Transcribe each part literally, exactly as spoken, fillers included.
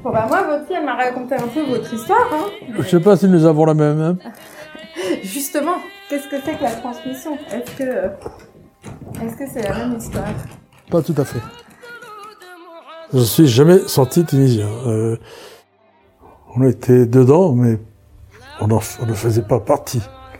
Bon bah moi, votre fille, elle m'a raconté un peu votre histoire. Hein. Je sais pas si nous avons la même. Hein. Justement, qu'est-ce que c'est que la transmission ? Est-ce que, est-ce que c'est la même histoire ? Pas tout à fait. Je ne suis jamais sorti tunisien. Euh, on était dedans, mais on, en, on ne faisait pas partie.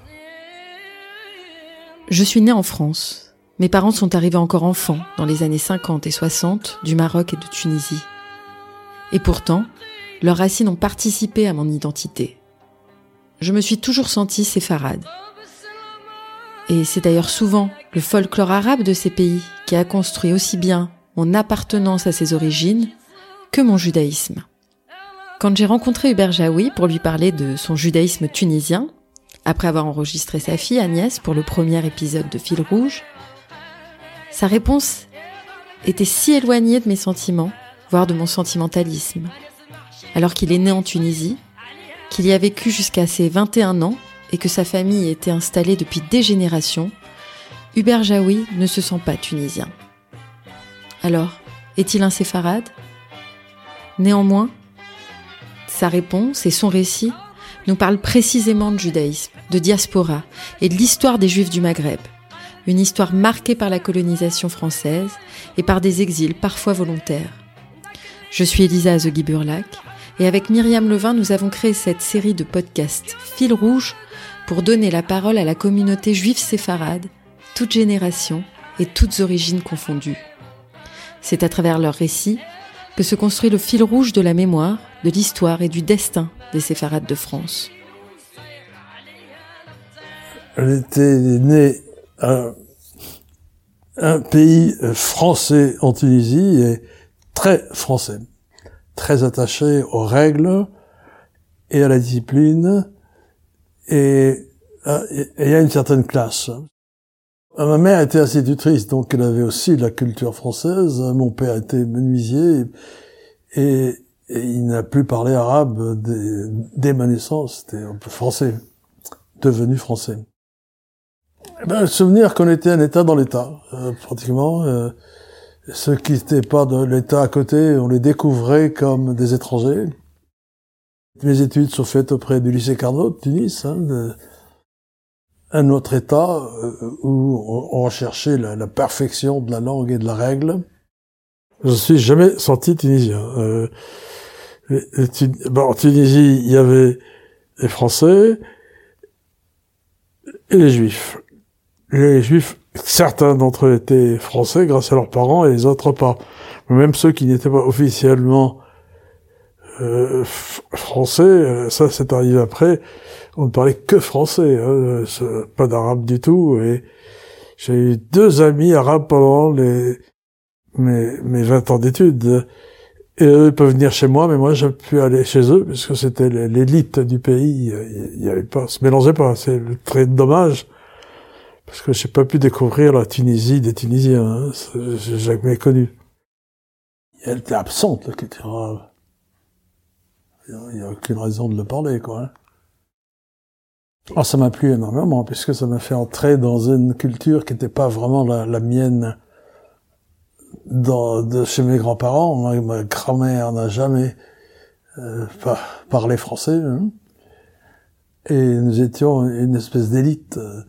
Je suis née en France. Mes parents sont arrivés encore enfants, dans les années cinquante et soixante, du Maroc et de Tunisie. Et pourtant, leurs racines ont participé à mon identité. Je me suis toujours sentie séfarade. Et c'est d'ailleurs souvent le folklore arabe de ces pays qui a construit aussi bien mon appartenance à ses origines que mon judaïsme. Quand j'ai rencontré Hubert Jaoui pour lui parler de son judaïsme tunisien, après avoir enregistré sa fille Agnès pour le premier épisode de Fil Rouge, sa réponse était si éloignée de mes sentiments, voire de mon sentimentalisme. Alors qu'il est né en Tunisie, qu'il y a vécu jusqu'à ses vingt et un ans et que sa famille était installée depuis des générations, Hubert Jaoui ne se sent pas tunisien. Alors, est-il un séfarade ? Néanmoins, sa réponse et son récit nous parlent précisément de judaïsme, de diaspora et de l'histoire des Juifs du Maghreb. Une histoire marquée par la colonisation française et par des exils parfois volontaires. Je suis Elisa Azegui-Burlac et avec Myriam Levin, nous avons créé cette série de podcasts Fil Rouge pour donner la parole à la communauté juive séfarade, toutes générations et toutes origines confondues. C'est à travers leurs récits que se construit le fil rouge de la mémoire, de l'histoire et du destin des séfarades de France. Elle était née à un pays français en Tunisie et très français, très attaché aux règles et à la discipline et à, et à une certaine classe. Ma mère était institutrice, donc elle avait aussi la culture française. Mon père était menuisier et, et, et il n'a plus parlé arabe dès, dès ma naissance. C'était un peu français, devenu français. Eh ben, le souvenir qu'on était un État dans l'État, euh, pratiquement. Euh, ceux qui n'étaient pas de l'État à côté, on les découvrait comme des étrangers. Mes études sont faites auprès du lycée Carnot de Tunis, hein, de, un autre État euh, où on recherchait la, la perfection de la langue et de la règle. Je ne suis jamais senti tunisien. Euh, et, et, bon, en Tunisie, il y avait les Français et les Juifs. Les Juifs, certains d'entre eux étaient français grâce à leurs parents et les autres pas. Mais même ceux qui n'étaient pas officiellement euh, français, ça c'est arrivé après, on ne parlait que français, hein, pas d'arabe du tout. Et j'ai eu deux amis arabes pendant les mes, mes vingt ans d'études. Et eux peuvent venir chez moi, mais moi j'ai pu aller chez eux, parce que c'était l'élite du pays. Il y avait pas, se mélangeait pas. C'est très dommage, parce que j'ai pas pu découvrir la Tunisie des Tunisiens. Hein. J'ai jamais connu. Elle était absente, la culture arabe. Il n'y a aucune raison de le parler, quoi. Hein. Alors, ça m'a plu énormément, puisque ça m'a fait entrer dans une culture qui n'était pas vraiment la, la mienne dans, de chez mes grands-parents. Ma, ma grand-mère n'a jamais euh, pas parlé français. Hein. Et nous étions une espèce d'élite euh,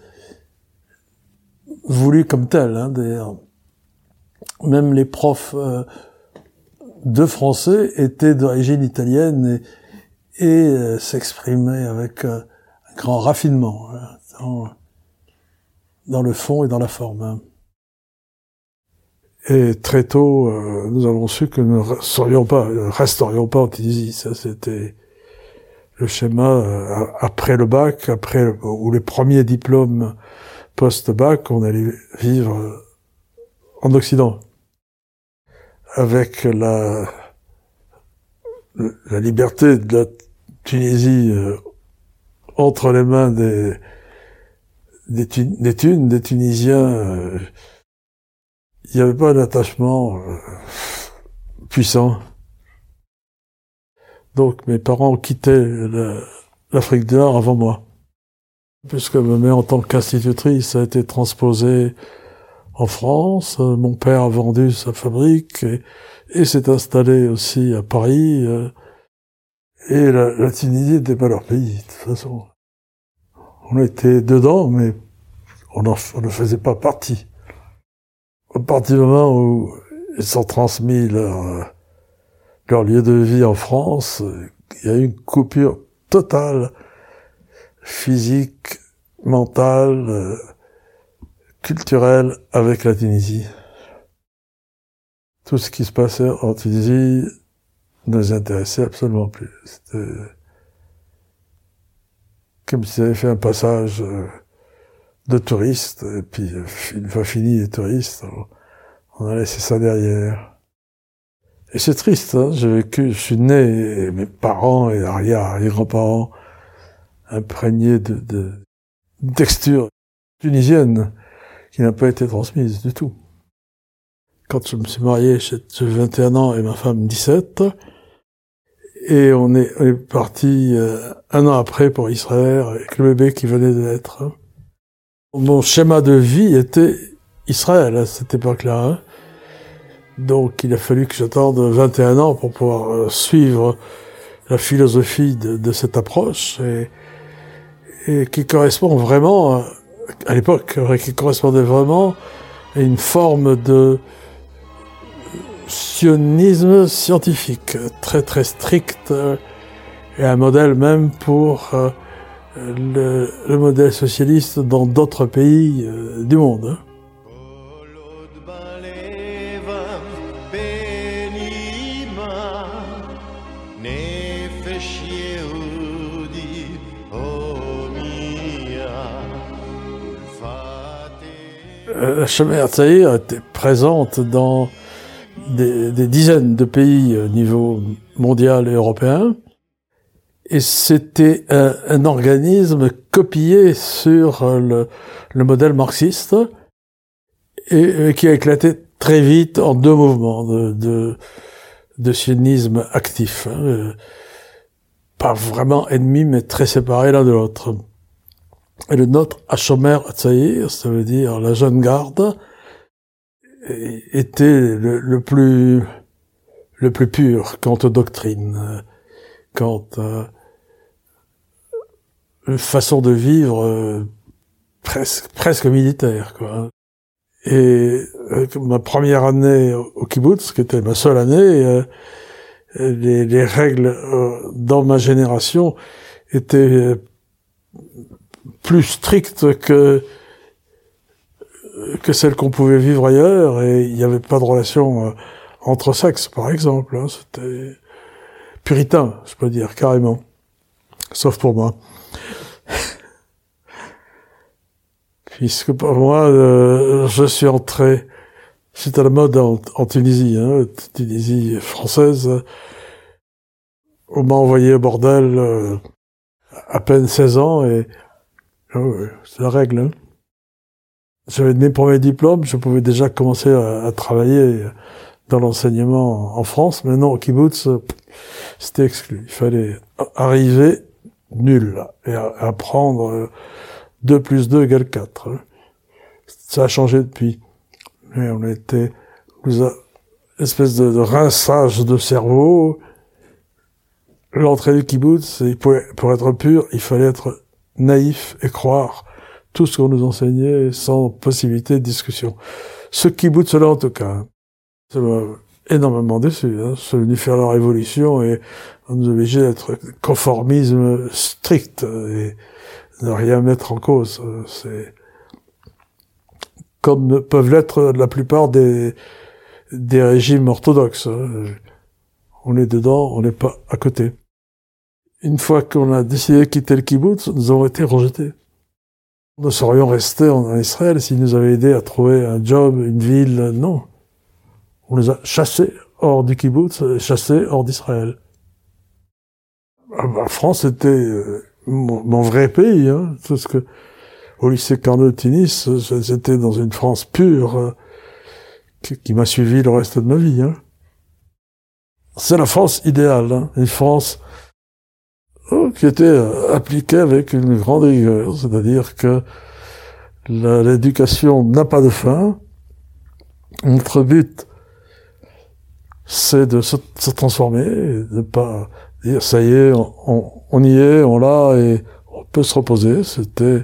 voulue comme telle. Hein, d'ailleurs. Même les profs euh, de français étaient d'origine italienne et, et euh, s'exprimaient avec euh, un grand raffinement hein, dans, dans le fond et dans la forme. Hein. Et très tôt, euh, nous avons su que nous ne serions pas, ne resterions pas en Tunisie. Ça, c'était le schéma euh, après le bac, après ou les premiers diplômes post-bac, on allait vivre en Occident. Avec la, la liberté de la Tunisie euh, entre les mains des, des, des Thunes, des Tunisiens, euh, il n'y avait pas d'attachement euh, puissant. Donc mes parents quittaient l'Afrique du Nord avant moi. Puisque ma mère, en tant qu'institutrice, a été transposée en France. Mon père a vendu sa fabrique et, et s'est installé aussi à Paris. Et la, la Tunisie n'était pas leur pays, de toute façon. On était dedans, mais on ne faisait pas partie. À partir du moment où ils sont transmis leur, leur lieu de vie en France, il y a eu une coupure totale, physique, mentale, culturelle avec la Tunisie. Tout ce qui se passait en Tunisie ne les intéressait absolument plus. C'était comme s'ils avaient fait un passage de touristes, et puis une fois fini les touristes, on a laissé ça derrière. Et c'est triste, hein, j'ai vécu, je suis né, et mes parents et arrière-arrière-grands-parents imprégnés de, de, de texture tunisienne qui n'a pas été transmise du tout. Quand je me suis marié, j'avais vingt et un ans et ma femme dix-sept, et on est, on est parti euh, un an après pour Israël avec le bébé qui venait de naître. Mon schéma de vie était Israël à cette époque-là. Hein. Donc il a fallu que j'attende vingt et un ans pour pouvoir euh, suivre la philosophie de, de cette approche et, et qui correspond vraiment, à l'époque, qui correspondait vraiment à une forme de sionisme scientifique très très strict et un modèle même pour euh, le, le modèle socialiste dans d'autres pays euh, du monde. Hein. La Shomer Hatzair était présente dans des, des dizaines de pays au niveau mondial et européen, et c'était un, un organisme copié sur le, le modèle marxiste et, et qui a éclaté très vite en deux mouvements de, de, de sionisme actif, hein, pas vraiment ennemis mais très séparés l'un de l'autre. Et le nôtre, Shomer Hatzair, ça veut dire la jeune garde, était le, le plus le plus pur quant aux doctrines, quant à une façon de vivre euh, presque presque militaire, quoi. Et euh, ma première année au kibbutz, qui était ma seule année, euh, les, les règles euh, dans ma génération étaient plus strictes que que celles qu'on pouvait vivre ailleurs, et il n'y avait pas de relation euh, entre sexes, par exemple. Hein, c'était puritain, je peux dire, carrément. Sauf pour moi. Puisque pour moi, euh, je suis entré, c'était la mode en, en Tunisie, hein, Tunisie française. On m'a envoyé au bordel euh, à peine seize ans, et oh, c'est la règle, hein. J'avais mes premiers diplômes, je pouvais déjà commencer à, à travailler dans l'enseignement en France, mais non, au kibbutz, c'était exclu. Il fallait arriver nul et apprendre deux plus deux égale quatre. Ça a changé depuis. Mais on était, nous a, espèce de, de rinçage de cerveau. L'entrée du kibbutz, pour, pour être pur, il fallait être naïf et croire tout ce qu'on nous enseignait sans possibilité de discussion. Ce kibbutz-là, en tout cas, ça m'a énormément déçu. Hein. C'est venu faire la révolution et on nous obligeait d'être conformisme strict et ne rien mettre en cause. C'est comme peuvent l'être la plupart des, des régimes orthodoxes. On est dedans, on n'est pas à côté. Une fois qu'on a décidé de quitter le kibbutz, nous avons été rejetés. Nous serions restés en Israël s'ils nous avaient aidés à trouver un job, une ville. Non. On les a chassés hors du kibbutz, chassés hors d'Israël. La France était euh, mon, mon vrai pays, hein. Parce que au lycée Carnot de Tunis, j'étais dans une France pure euh, qui, qui m'a suivi le reste de ma vie, hein. C'est la France idéale, hein. Une France oh, qui était euh, appliquée avec une grande rigueur, c'est-à-dire que la, l'éducation n'a pas de fin, Notre but, c'est de se, se transformer, de ne pas dire ça y est, on, on y est, on l'a et on peut se reposer. C'était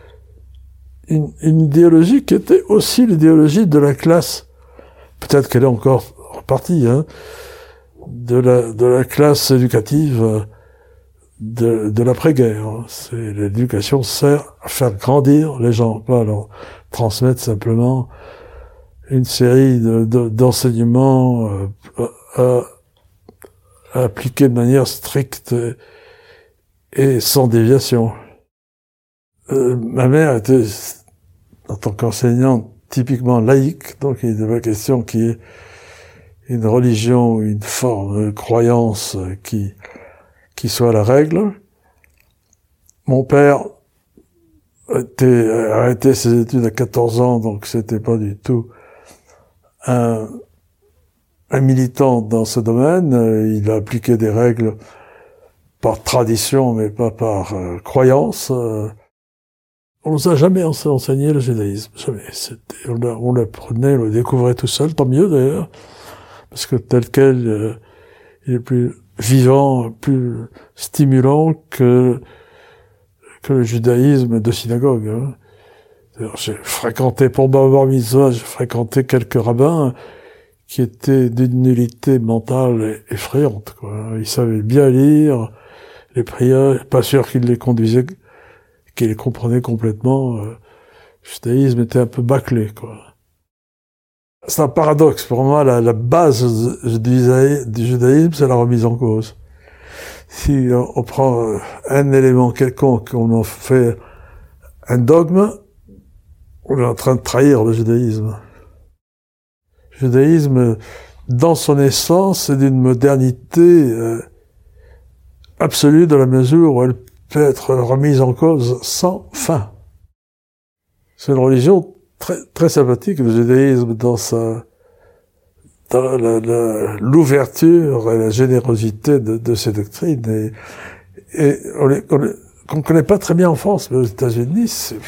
une, une idéologie qui était aussi l'idéologie de la classe. Peut-être qu'elle est encore repartie, hein, de la de la classe éducative de, de l'après-guerre. C'est l'éducation sert à faire grandir les gens, pas à leur transmettre simplement une série de, de, d'enseignements euh, à, à appliquer de manière stricte et, et sans déviation. Euh, ma mère était, en tant qu'enseignante, typiquement laïque, donc il n'était pas question qu'il y ait une religion ou une forme de croyance qui, qui soit la règle. Mon père était, a arrêté ses études à quatorze ans, donc c'était pas du tout un, un militant dans ce domaine. Il a appliqué des règles par tradition, mais pas par euh, croyance. On nous a jamais enseigné le judaïsme, jamais. C'était, on, a, on l'apprenait, on le découvrait tout seul, tant mieux d'ailleurs, parce que tel quel, euh, il est plus vivant, plus stimulant que que le judaïsme de synagogue. Hein. J'ai fréquenté, pour ma bar mitzvah, j'ai fréquenté quelques rabbins qui étaient d'une nullité mentale effrayante, quoi. Ils savaient bien lire les prières, pas sûr qu'ils les conduisaient, qu'ils les comprenaient complètement. Le judaïsme était un peu bâclé, quoi. C'est un paradoxe. Pour moi, la, la base du judaïsme, c'est la remise en cause. Si on prend un élément quelconque, on en fait un dogme, on est en train de trahir le judaïsme. Le judaïsme, dans son essence, c'est d'une modernité euh, absolue dans la mesure où elle peut être remise en cause sans fin. C'est une religion très très sympathique, le judaïsme, dans sa dans la, la, l'ouverture et la générosité de, de ses doctrines. Et, et on les, on les, qu'on connaît pas très bien en France, mais aux États-Unis, c'est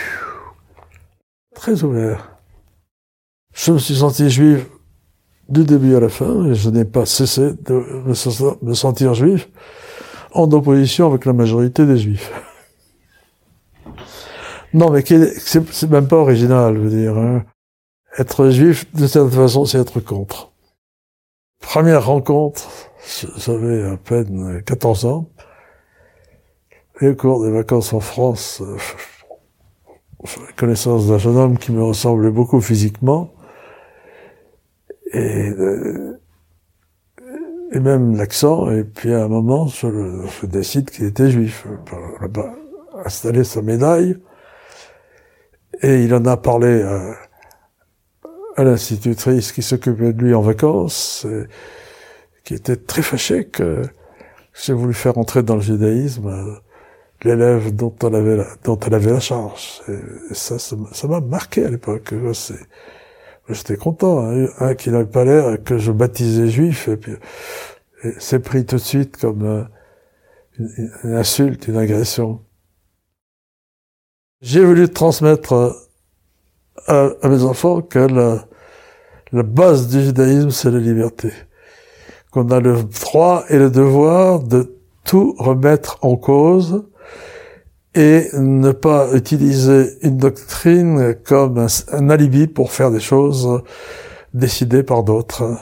très ouvert. Je me suis senti juif du début à la fin, et je n'ai pas cessé de me, me sentir juif, en opposition avec la majorité des juifs. Non, mais c'est, c'est même pas original, je veux dire. Hein. Être juif, de certaine façon, c'est être contre. Première rencontre, j'avais à peine quatorze ans, et au cours des vacances en France, euh, la connaissance d'un jeune homme qui me ressemblait beaucoup physiquement, et, euh, et même l'accent, et puis à un moment, je, le, je décide qu'il était juif. Là-bas, installé sa médaille, et il en a parlé à, à l'institutrice qui s'occupait de lui en vacances, et, qui était très fâchée que j'ai voulu faire entrer dans le judaïsme euh, l'élève dont elle avait la, dont elle avait la charge. Et, et ça, ça, ça m'a marqué à l'époque. C'est, j'étais content, hein, hein, qu'il n'avait pas l'air que je baptisais juif, et puis et c'est pris tout de suite comme euh, une, une insulte, une agression. J'ai voulu transmettre à, à mes enfants que la, la base du judaïsme, c'est la liberté. Qu'on a le droit et le devoir de tout remettre en cause et ne pas utiliser une doctrine comme un, un alibi pour faire des choses décidées par d'autres.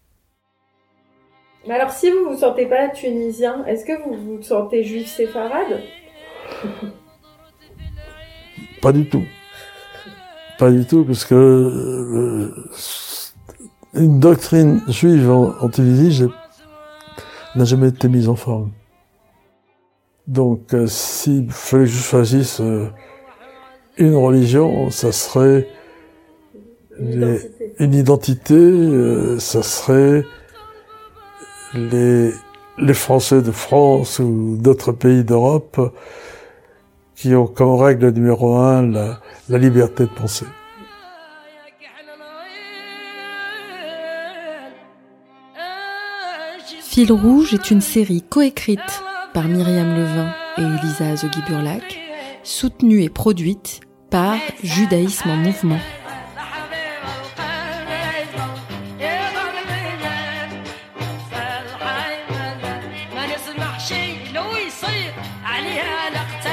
Mais alors, si vous vous sentez pas tunisien, est-ce que vous vous sentez juif séfarade ? Pas du tout. Pas du tout, parce que euh, une doctrine juive en, en Tunisie j'ai, n'a jamais été mise en forme. Donc, euh, s'il fallait que je choisisse euh, une religion, ça serait une les, identité, une identité euh, ça serait les, les Français de France ou d'autres pays d'Europe qui ont comme règle numéro un la, la liberté de penser. Fil rouge est une série coécrite par Myriam Levin et Elisa Azogui-Burlac, soutenue et produite par Judaïsme en mouvement. يصير عليها لقطة